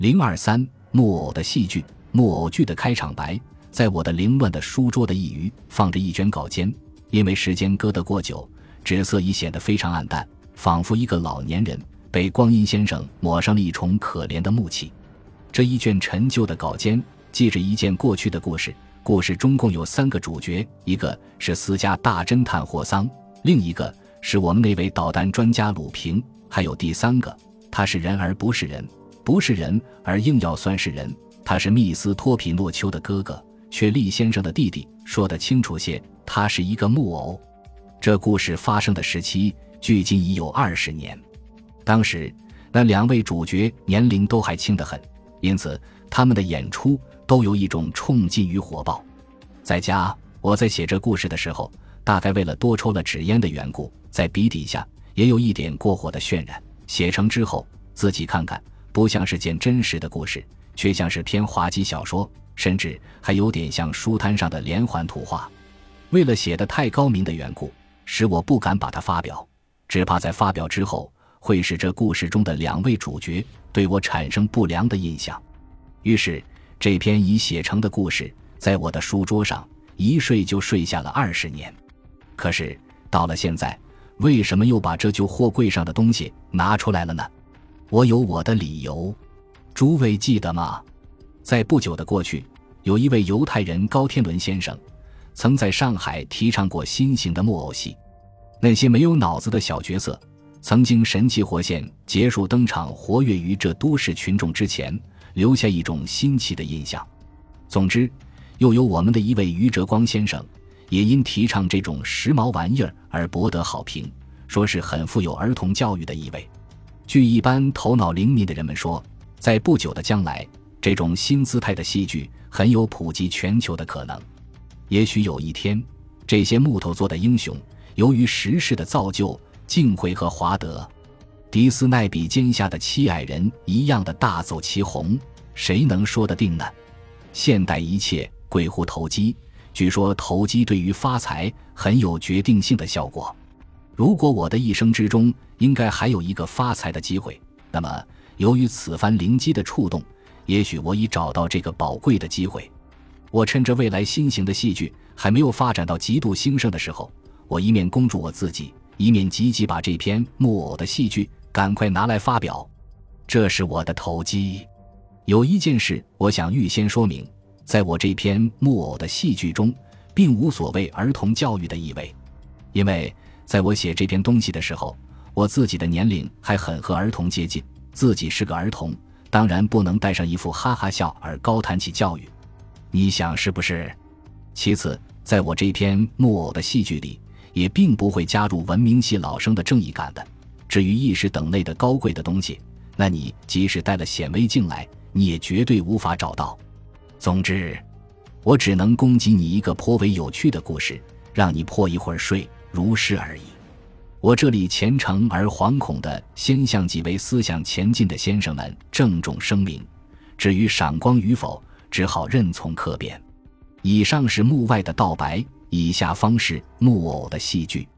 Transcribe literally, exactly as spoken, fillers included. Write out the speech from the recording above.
零二三木偶的戏剧。木偶剧的开场白，在我的凌乱的书桌的一隅放着一卷稿笺，因为时间搁得过久，纸色已显得非常暗淡，仿佛一个老年人被光阴先生抹上了一重可怜的木漆。这一卷陈旧的稿笺记着一件过去的故事，故事中共有三个主角，一个是私家大侦探霍桑，另一个是我们那位导弹专家鲁平，还有第三个，他是人而不是人，不是人而硬要算是人，他是密斯托皮诺丘的哥哥，却利先生的弟弟，说得清楚些，他是一个木偶。这故事发生的时期距今已有二十年，当时那两位主角年龄都还轻得很，因此他们的演出都有一种冲劲与火爆。在家我在写这故事的时候，大概为了多抽了纸烟的缘故，在笔底下也有一点过火的渲染，写成之后自己看看，不像是件真实的故事，却像是篇滑稽小说，甚至还有点像书摊上的连环图画。为了写得太高明的缘故，使我不敢把它发表，只怕在发表之后会使这故事中的两位主角对我产生不良的印象。于是这篇已写成的故事在我的书桌上一睡就睡下了二十年。可是到了现在，为什么又把这旧货柜上的东西拿出来了呢？我有我的理由。诸位记得吗？在不久的过去，有一位犹太人高天伦先生曾在上海提倡过新型的木偶戏。那些没有脑子的小角色曾经神气活现，结束登场，活跃于这都市群众之前，留下一种新奇的印象。总之，又有我们的一位于哲光先生也因提倡这种时髦玩意儿而博得好评，说是很富有儿童教育的意味。据一般头脑灵敏的人们说，在不久的将来，这种新姿态的戏剧很有普及全球的可能。也许有一天，这些木头做的英雄由于时势的造就，竟会和华德迪斯奈比肩下的七矮人一样的大走其红，谁能说得定呢？现代一切贵乎投机，据说投机对于发财很有决定性的效果。如果我的一生之中应该还有一个发财的机会，那么由于此番灵机的触动，也许我已找到这个宝贵的机会。我趁着未来新型的戏剧还没有发展到极度兴盛的时候，我一面恭祝我自己，一面积极把这篇木偶的戏剧赶快拿来发表。这是我的投机。有一件事我想预先说明，在我这篇木偶的戏剧中并无所谓儿童教育的意味，因为在我写这篇东西的时候，我自己的年龄还很和儿童接近，自己是个儿童，当然不能带上一副哈哈笑而高谈起教育，你想是不是？其次，在我这篇木偶的戏剧里也并不会加入文明系老生的正义感的。至于意识等类的高贵的东西，那你即使带了显微镜来，你也绝对无法找到。总之，我只能供给你一个颇为有趣的故事，让你破一会儿睡，如是而已。我这里虔诚而惶恐地先向几位思想前进的先生们郑重声明，至于赏光与否，只好任从客便。以上是幕外的道白，以下方是木偶的戏剧。